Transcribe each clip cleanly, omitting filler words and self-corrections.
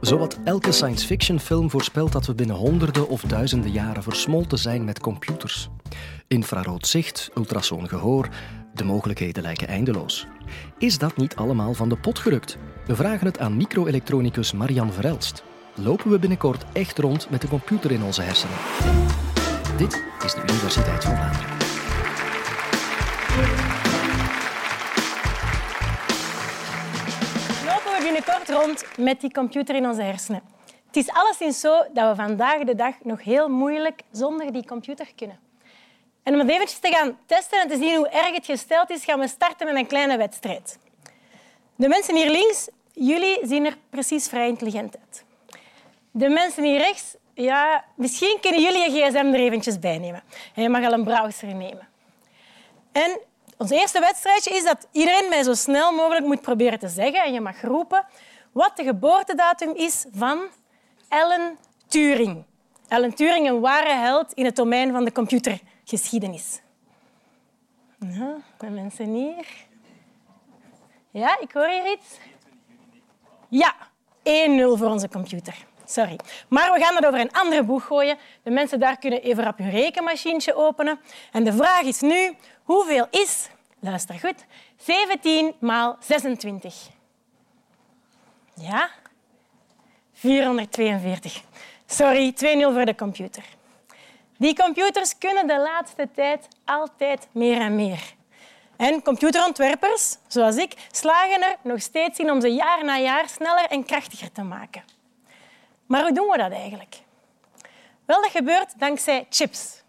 Zowat elke science-fiction-film voorspelt dat we binnen honderden of duizenden jaren versmolten zijn met computers. Infrarood zicht, ultrasoongehoor, de mogelijkheden lijken eindeloos. Is dat niet allemaal van de pot gerukt? We vragen het aan micro-elektronicus Marian Verelst. Lopen we binnenkort echt rond met de computer in onze hersenen? Dit is de Universiteit van Vlaanderen. Lopen we binnenkort rond met die computer in onze hersenen? Het is alleszins zo dat we vandaag de dag nog heel moeilijk zonder die computer kunnen. En om het eventjes te gaan testen en te zien hoe erg het gesteld is, gaan we starten met een kleine wedstrijd. De mensen hier links, jullie zien er precies vrij intelligent uit. De mensen hier rechts, ja, misschien kunnen jullie je gsm er eventjes bij nemen. En je mag al een browser nemen. En ons eerste wedstrijdje is dat iedereen mij zo snel mogelijk moet proberen te zeggen, en je mag roepen, wat de geboortedatum is van Alan Turing. Alan Turing, een ware held in het domein van de computergeschiedenis. Ja, de mensen hier. Ja, ik hoor hier iets. Ja, 1-0 voor onze computer. Sorry. Maar we gaan het over een andere boeg gooien. De mensen daar kunnen even rap hun rekenmachientje openen. En de vraag is nu, hoeveel is, luister goed, 17 maal 26? Ja? 442. Sorry, 2-0 voor de computer. Die computers kunnen de laatste tijd altijd meer en meer. En computerontwerpers, zoals ik, slagen er nog steeds in om ze jaar na jaar sneller en krachtiger te maken. Maar hoe doen we dat eigenlijk? Wel, dat gebeurt dankzij chips.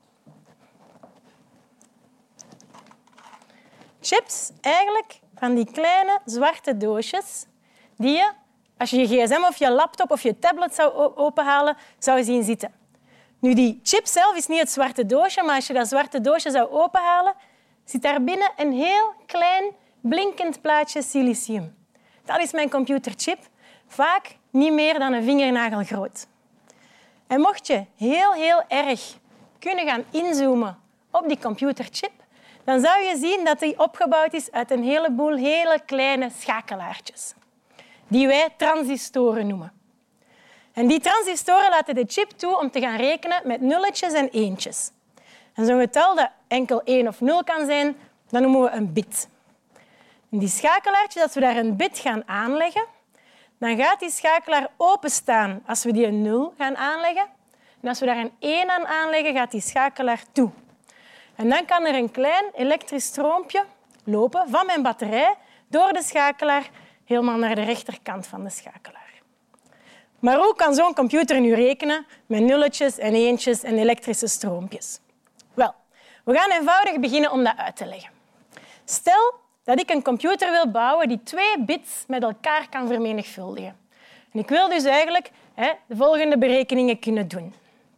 Chips, eigenlijk van die kleine zwarte doosjes die je, als je je gsm of je laptop of je tablet zou openhalen, zou zien zitten. Nu, die chip zelf is niet het zwarte doosje, maar als je dat zwarte doosje zou openhalen, zit daar binnen een heel klein blinkend plaatje silicium. Dat is mijn computerchip, vaak niet meer dan een vingernagel groot. En mocht je heel erg kunnen gaan inzoomen op die computerchip, dan zou je zien dat die opgebouwd is uit een heleboel hele kleine schakelaartjes, die wij transistoren noemen. En die transistoren laten de chip toe om te gaan rekenen met nulletjes en eentjes. En zo'n getal dat enkel 1 of 0 kan zijn, dat noemen we een bit. En die schakelaartjes, als we daar een bit gaan aanleggen, dan gaat die schakelaar openstaan als we die een 0 gaan aanleggen. En als we daar een 1 aan aanleggen, gaat die schakelaar toe. En dan kan er een klein elektrisch stroompje lopen van mijn batterij door de schakelaar helemaal naar de rechterkant van de schakelaar. Maar hoe kan zo'n computer nu rekenen met nulletjes en eentjes en elektrische stroompjes? Wel, we gaan eenvoudig beginnen om dat uit te leggen. Stel dat ik een computer wil bouwen die 2 bits met elkaar kan vermenigvuldigen. En ik wil dus eigenlijk de volgende berekeningen kunnen doen.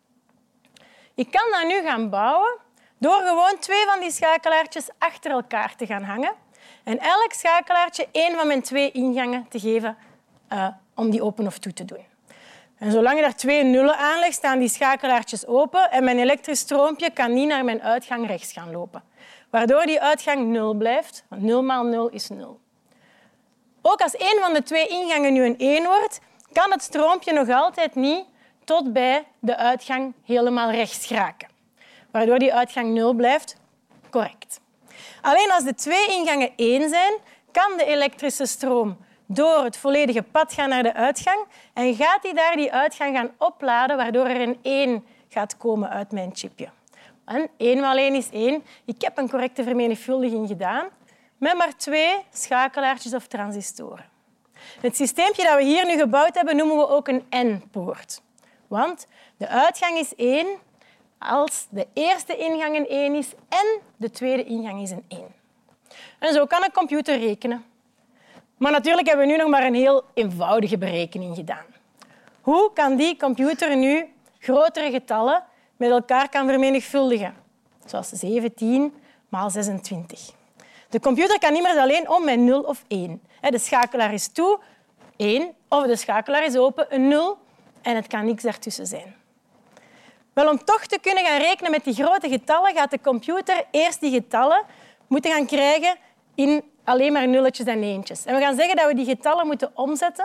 Ik kan dat nu gaan bouwen door gewoon 2 van die schakelaartjes achter elkaar te gaan hangen en elk schakelaartje 1 van mijn 2 ingangen te geven om die open of toe te doen. En zolang je daar 2 nullen aanlegt, staan die schakelaartjes open en mijn elektrisch stroompje kan niet naar mijn uitgang rechts gaan lopen. Waardoor die uitgang 0 blijft, want 0 maal 0 is 0. Ook als 1 van de 2 ingangen nu een 1 wordt, kan het stroompje nog altijd niet tot bij de uitgang helemaal rechts geraken. Waardoor die uitgang 0 blijft, correct. Alleen als de 2 ingangen 1 zijn, kan de elektrische stroom door het volledige pad gaan naar de uitgang en gaat hij daar die uitgang gaan opladen, waardoor er een 1 gaat komen uit mijn chipje. En 1 maal 1 is 1. Ik heb een correcte vermenigvuldiging gedaan met maar 2 schakelaartjes of transistoren. Het systeempje dat we hier nu gebouwd hebben, noemen we ook een N-poort. Want de uitgang is 1 als de eerste ingang een 1 is en de tweede ingang is een 1. En zo kan een computer rekenen. Maar natuurlijk hebben we nu nog maar een heel eenvoudige berekening gedaan. Hoe kan die computer nu grotere getallen met elkaar kan vermenigvuldigen? Zoals 17 maal 26. De computer kan niet meer alleen om met 0 of 1. De schakelaar is toe, 1, of de schakelaar is open, een 0, en het kan niks daartussen zijn. Wel, om toch te kunnen gaan rekenen met die grote getallen, gaat de computer eerst die getallen moeten gaan krijgen in alleen maar nulletjes en eentjes. En we gaan zeggen dat we die getallen moeten omzetten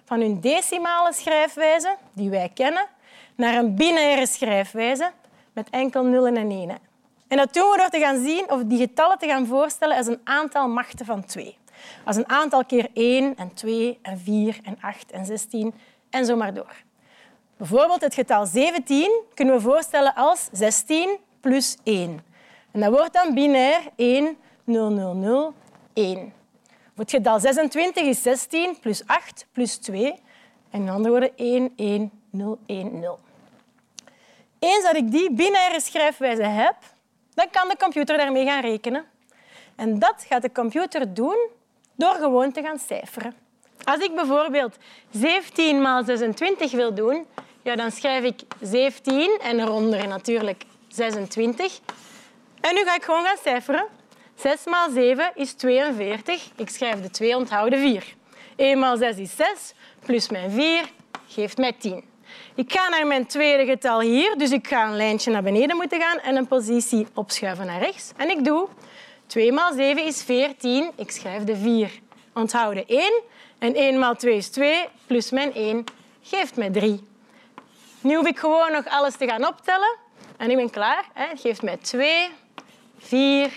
van hun decimale schrijfwijze, die wij kennen, naar een binaire schrijfwijze met enkel nullen en enen. En dat doen we door te gaan zien of die getallen te gaan voorstellen als een aantal machten van 2. Als een aantal keer 1 en 2 en 4 en 8 en 16 en zo maar door. Bijvoorbeeld het getal 17 kunnen we voorstellen als 16 plus 1. En dat wordt dan binair 1, 0, 0, 0, 1. Het getal 26 is 16 plus 8 plus 2. En in andere woorden 1, 1, 0, 1, 0. Eens dat ik die binaire schrijfwijze heb, dan kan de computer daarmee gaan rekenen. En dat gaat de computer doen door gewoon te gaan cijferen. Als ik bijvoorbeeld 17 maal 26 wil doen, ja, dan schrijf ik 17 en eronder natuurlijk 26. En nu ga ik gewoon gaan cijferen. 6 maal 7 is 42. Ik schrijf de 2, onthoud de 4. 1 maal 6 is 6, plus mijn 4 geeft mij 10. Ik ga naar mijn tweede getal hier, dus ik ga een lijntje naar beneden moeten gaan en een positie opschuiven naar rechts. En ik doe 2 maal 7 is 14. Ik schrijf de 4. Onthoud de 1. En 1 maal 2 is 2, plus mijn 1 geeft mij 3. Nu hoef ik gewoon nog alles te gaan optellen. En ik ben klaar. Het geeft mij 2, 4,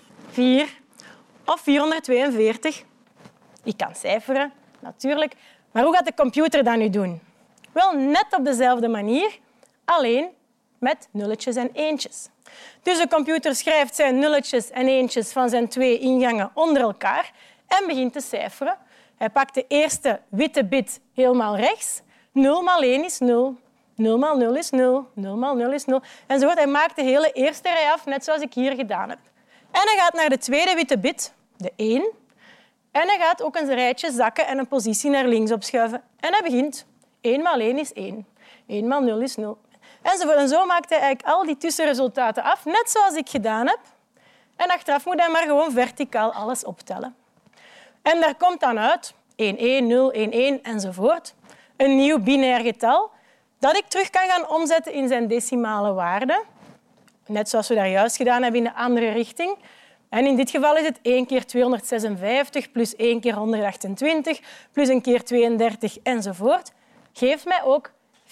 4 of 442. Ik kan cijferen, natuurlijk. Maar hoe gaat de computer dat nu doen? Wel, net op dezelfde manier, alleen met nulletjes en eentjes. Dus de computer schrijft zijn nulletjes en eentjes van zijn 2 ingangen onder elkaar en begint te cijferen. Hij pakt de eerste witte bit helemaal rechts. 0 maal 1 is 0. 0 maal 0 is 0. 0 maal 0 is 0. Enzovoort. Hij maakt de hele eerste rij af, net zoals ik hier gedaan heb. En hij gaat naar de tweede witte bit, de 1. En hij gaat ook een rijtje zakken en een positie naar links opschuiven. En hij begint. 1 maal 1 is 1. 1 maal 0 is 0. Enzovoort. En zo maakt hij eigenlijk al die tussenresultaten af, net zoals ik gedaan heb. En achteraf moet hij maar gewoon verticaal alles optellen. En daar komt dan uit 1, 1, 0, 1, 1 enzovoort. Een nieuw binair getal dat ik terug kan gaan omzetten in zijn decimale waarde. Net zoals we daar juist gedaan hebben in de andere richting. En in dit geval is het 1 keer 256 plus 1 keer 128 plus een keer 32 enzovoort. Geeft mij ook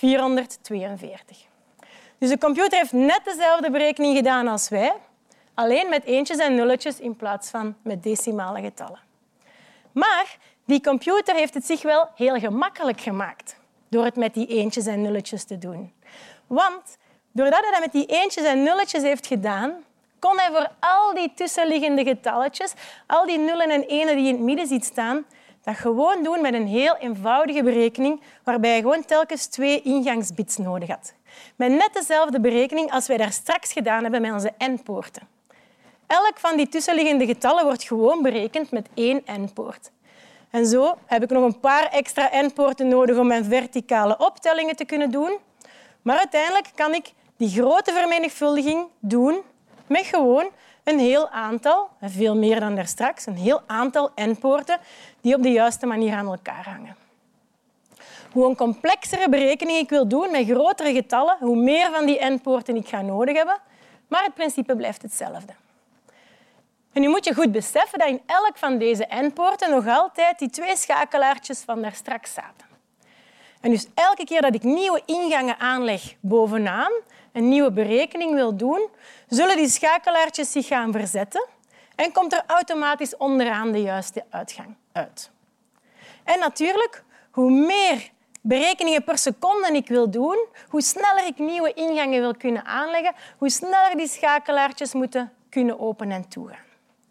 442. Dus de computer heeft net dezelfde berekening gedaan als wij, alleen met eentjes en nulletjes in plaats van met decimale getallen. Maar die computer heeft het zich wel heel gemakkelijk gemaakt door het met die eentjes en nulletjes te doen. Want doordat hij dat met die eentjes en nulletjes heeft gedaan, kon hij voor al die tussenliggende getalletjes, al die nullen en enen die in het midden ziet staan, dat gewoon doen met een heel eenvoudige berekening waarbij hij gewoon telkens 2 ingangsbits nodig had. Met net dezelfde berekening als wij daar straks gedaan hebben met onze n-poorten. Elk van die tussenliggende getallen wordt gewoon berekend met 1 n-poort. En zo heb ik nog een paar extra n-poorten nodig om mijn verticale optellingen te kunnen doen. Maar uiteindelijk kan ik die grote vermenigvuldiging doen met gewoon een heel aantal, veel meer dan daarstraks, een heel aantal n-poorten die op de juiste manier aan elkaar hangen. Hoe een complexere berekening ik wil doen met grotere getallen, hoe meer van die n-poorten ik ga nodig hebben, maar het principe blijft hetzelfde. En nu moet je goed beseffen dat in elk van deze n-poorten nog altijd die 2 schakelaartjes van daarstraks zaten. En dus elke keer dat ik nieuwe ingangen aanleg bovenaan, een nieuwe berekening wil doen, zullen die schakelaartjes zich gaan verzetten en komt er automatisch onderaan de juiste uitgang uit. En natuurlijk, hoe meer berekeningen per seconde ik wil doen, hoe sneller ik nieuwe ingangen wil kunnen aanleggen, hoe sneller die schakelaartjes moeten kunnen open en toegaan.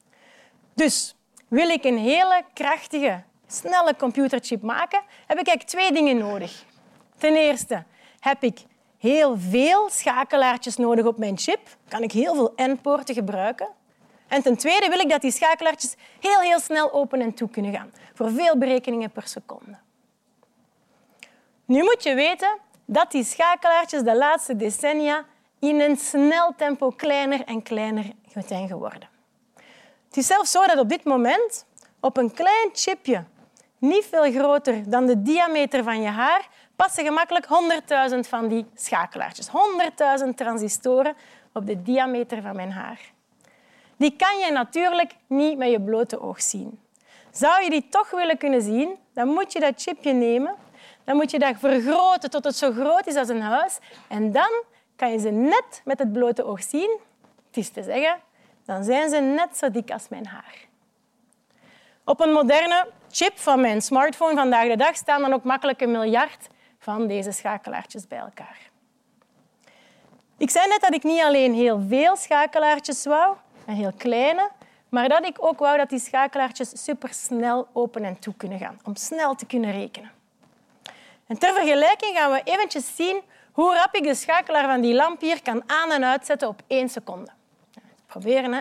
Dus wil ik een hele krachtige, snelle computerchip maken, heb ik eigenlijk 2 dingen nodig. Ten eerste heb ik heel veel schakelaartjes nodig op mijn chip. Kan ik heel veel n-poorten gebruiken. En ten tweede wil ik dat die schakelaartjes heel snel open en toe kunnen gaan. Voor veel berekeningen per seconde. Nu moet je weten dat die schakelaartjes de laatste decennia in een snel tempo kleiner en kleiner zijn geworden. Het is zelfs zo dat op dit moment op een klein chipje, niet veel groter dan de diameter van je haar, passen gemakkelijk 100.000 van die schakelaartjes. 100.000 transistoren op de diameter van mijn haar. Die kan je natuurlijk niet met je blote oog zien. Zou je die toch willen kunnen zien, dan moet je dat chipje nemen Dan moet je dat vergroten tot het zo groot is als een huis. En dan kan je ze net met het blote oog zien. Het is te zeggen, dan zijn ze net zo dik als mijn haar. Op een moderne chip van mijn smartphone vandaag de dag staan dan ook makkelijk 1 miljard van deze schakelaartjes bij elkaar. Ik zei net dat ik niet alleen heel veel schakelaartjes wou, en heel kleine, maar dat ik ook wou dat die schakelaartjes supersnel open en toe kunnen gaan, om snel te kunnen rekenen. En ter vergelijking gaan we eventjes zien hoe rap ik de schakelaar van die lamp hier kan aan- en uitzetten op 1 seconde. Proberen, hè.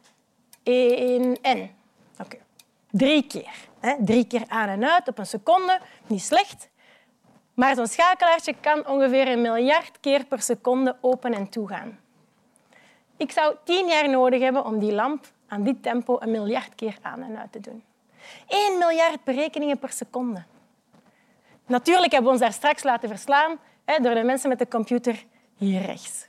1 en. Oké. 3 keer. 3 keer aan en uit op 1 seconde. Niet slecht. Maar zo'n schakelaartje kan ongeveer 1 miljard keer per seconde open en toe gaan. Ik zou 10 jaar nodig hebben om die lamp aan dit tempo 1 miljard keer aan en uit te doen. 1 miljard berekeningen per seconde. Natuurlijk hebben we ons daar straks laten verslaan door de mensen met de computer hier rechts.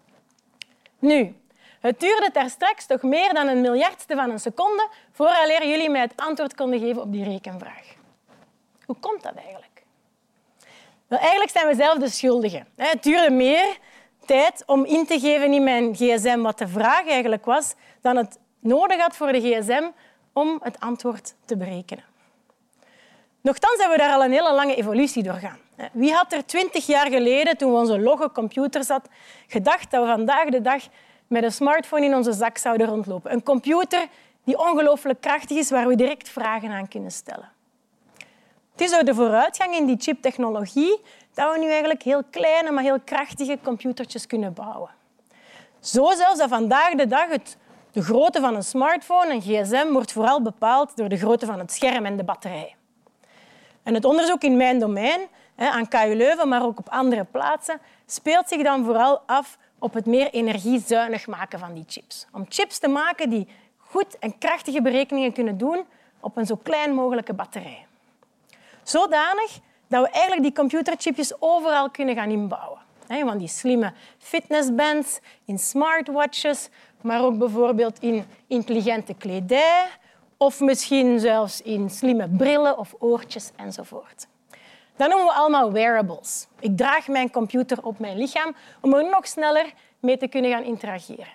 Nu, het duurde daar straks toch meer dan 1 miljardste van een seconde vooraleer jullie mij het antwoord konden geven op die rekenvraag. Hoe komt dat eigenlijk? Wel, eigenlijk zijn we zelf de schuldigen. Het duurde meer tijd om in te geven in mijn gsm wat de vraag eigenlijk was dan het nodig had voor de gsm om het antwoord te berekenen. Nochtans hebben we daar al een hele lange evolutie doorgaan. Wie had er 20 jaar geleden, toen we onze logge computers hadden, gedacht dat we vandaag de dag met een smartphone in onze zak zouden rondlopen? Een computer die ongelooflijk krachtig is, waar we direct vragen aan kunnen stellen. Het is door de vooruitgang in die chiptechnologie dat we nu eigenlijk heel kleine, maar heel krachtige computertjes kunnen bouwen. Zo zelfs dat vandaag de dag de grootte van een smartphone, een gsm, wordt vooral bepaald door de grootte van het scherm en de batterij. En het onderzoek in mijn domein, aan KU Leuven, maar ook op andere plaatsen, speelt zich dan vooral af op het meer energiezuinig maken van die chips. Om chips te maken die goed en krachtige berekeningen kunnen doen op een zo klein mogelijke batterij. Zodanig dat we eigenlijk die computerchipjes overal kunnen gaan inbouwen. Van die slimme fitnessbands, in smartwatches, maar ook bijvoorbeeld in intelligente kledij of misschien zelfs in slimme brillen of oortjes enzovoort. Dat noemen we allemaal wearables. Ik draag mijn computer op mijn lichaam om er nog sneller mee te kunnen gaan interageren.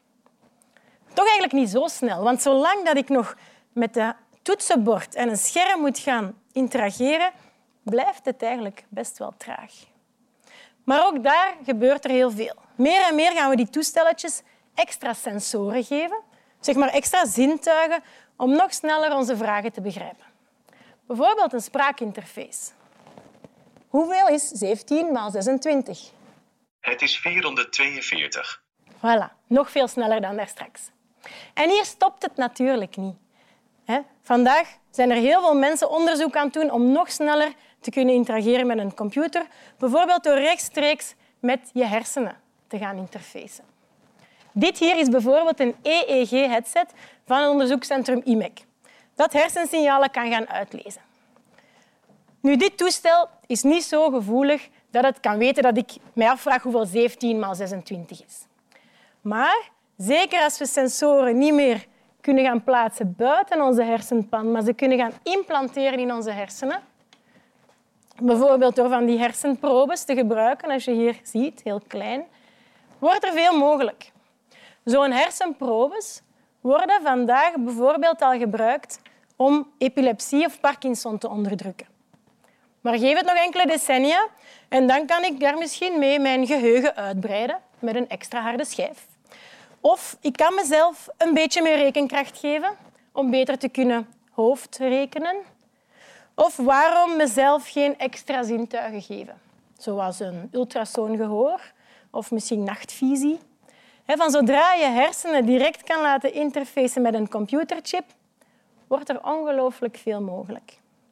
Toch eigenlijk niet zo snel, want zolang dat ik nog met het toetsenbord en een scherm moet gaan interageren, blijft het eigenlijk best wel traag. Maar ook daar gebeurt er heel veel. Meer en meer gaan we die toestelletjes extra sensoren geven, zeg maar extra zintuigen, om nog sneller onze vragen te begrijpen. Bijvoorbeeld een spraakinterface. Hoeveel is 17 maal 26? Het is 442. Voilà, nog veel sneller dan daarstraks. En hier stopt het natuurlijk niet. Vandaag zijn er heel veel mensen onderzoek aan het doen om nog sneller te kunnen interageren met een computer, bijvoorbeeld door rechtstreeks met je hersenen te gaan interfacen. Dit hier is bijvoorbeeld een EEG-headset van het onderzoekscentrum IMEC, dat hersensignalen kan gaan uitlezen. Nu, dit toestel is niet zo gevoelig dat het kan weten dat ik mij afvraag hoeveel 17 maal 26 is. Maar zeker als we sensoren niet meer kunnen gaan plaatsen buiten onze hersenpan, maar ze kunnen gaan implanteren in onze hersenen, bijvoorbeeld door van die hersenprobes te gebruiken, als je hier ziet, heel klein, wordt er veel mogelijk. Zo'n hersenprobes worden vandaag bijvoorbeeld al gebruikt om epilepsie of Parkinson te onderdrukken. Maar geef het nog enkele decennia en dan kan ik daar misschien mee mijn geheugen uitbreiden met een extra harde schijf. Of ik kan mezelf een beetje meer rekenkracht geven om beter te kunnen hoofdrekenen. Of waarom mezelf geen extra zintuigen geven, zoals een ultrasoongehoor of misschien nachtvisie. Van zodra je hersenen direct kan laten interfacen met een computerchip, wordt er ongelooflijk veel mogelijk.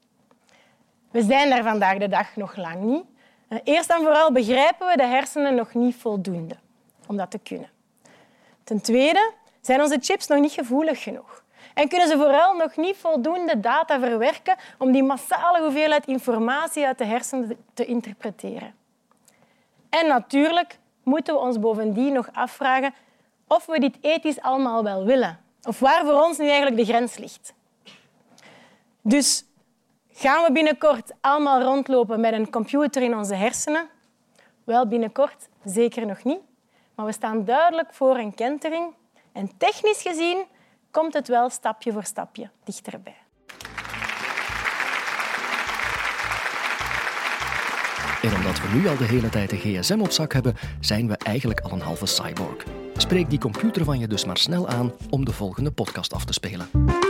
We zijn daar vandaag de dag nog lang niet. Eerst en vooral begrijpen we de hersenen nog niet voldoende om dat te kunnen. Ten tweede zijn onze chips nog niet gevoelig genoeg en kunnen ze vooral nog niet voldoende data verwerken om die massale hoeveelheid informatie uit de hersenen te interpreteren. En natuurlijk moeten we ons bovendien nog afvragen of we dit ethisch allemaal wel willen of waar voor ons nu eigenlijk de grens ligt. Dus Gaan we binnenkort allemaal rondlopen met een computer in onze hersenen? Wel, binnenkort zeker nog niet. Maar we staan duidelijk voor een kentering. En technisch gezien komt het wel stapje voor stapje dichterbij. En omdat we nu al de hele tijd een gsm op zak hebben, zijn we eigenlijk al een halve cyborg. Spreek die computer van je dus maar snel aan om de volgende podcast af te spelen.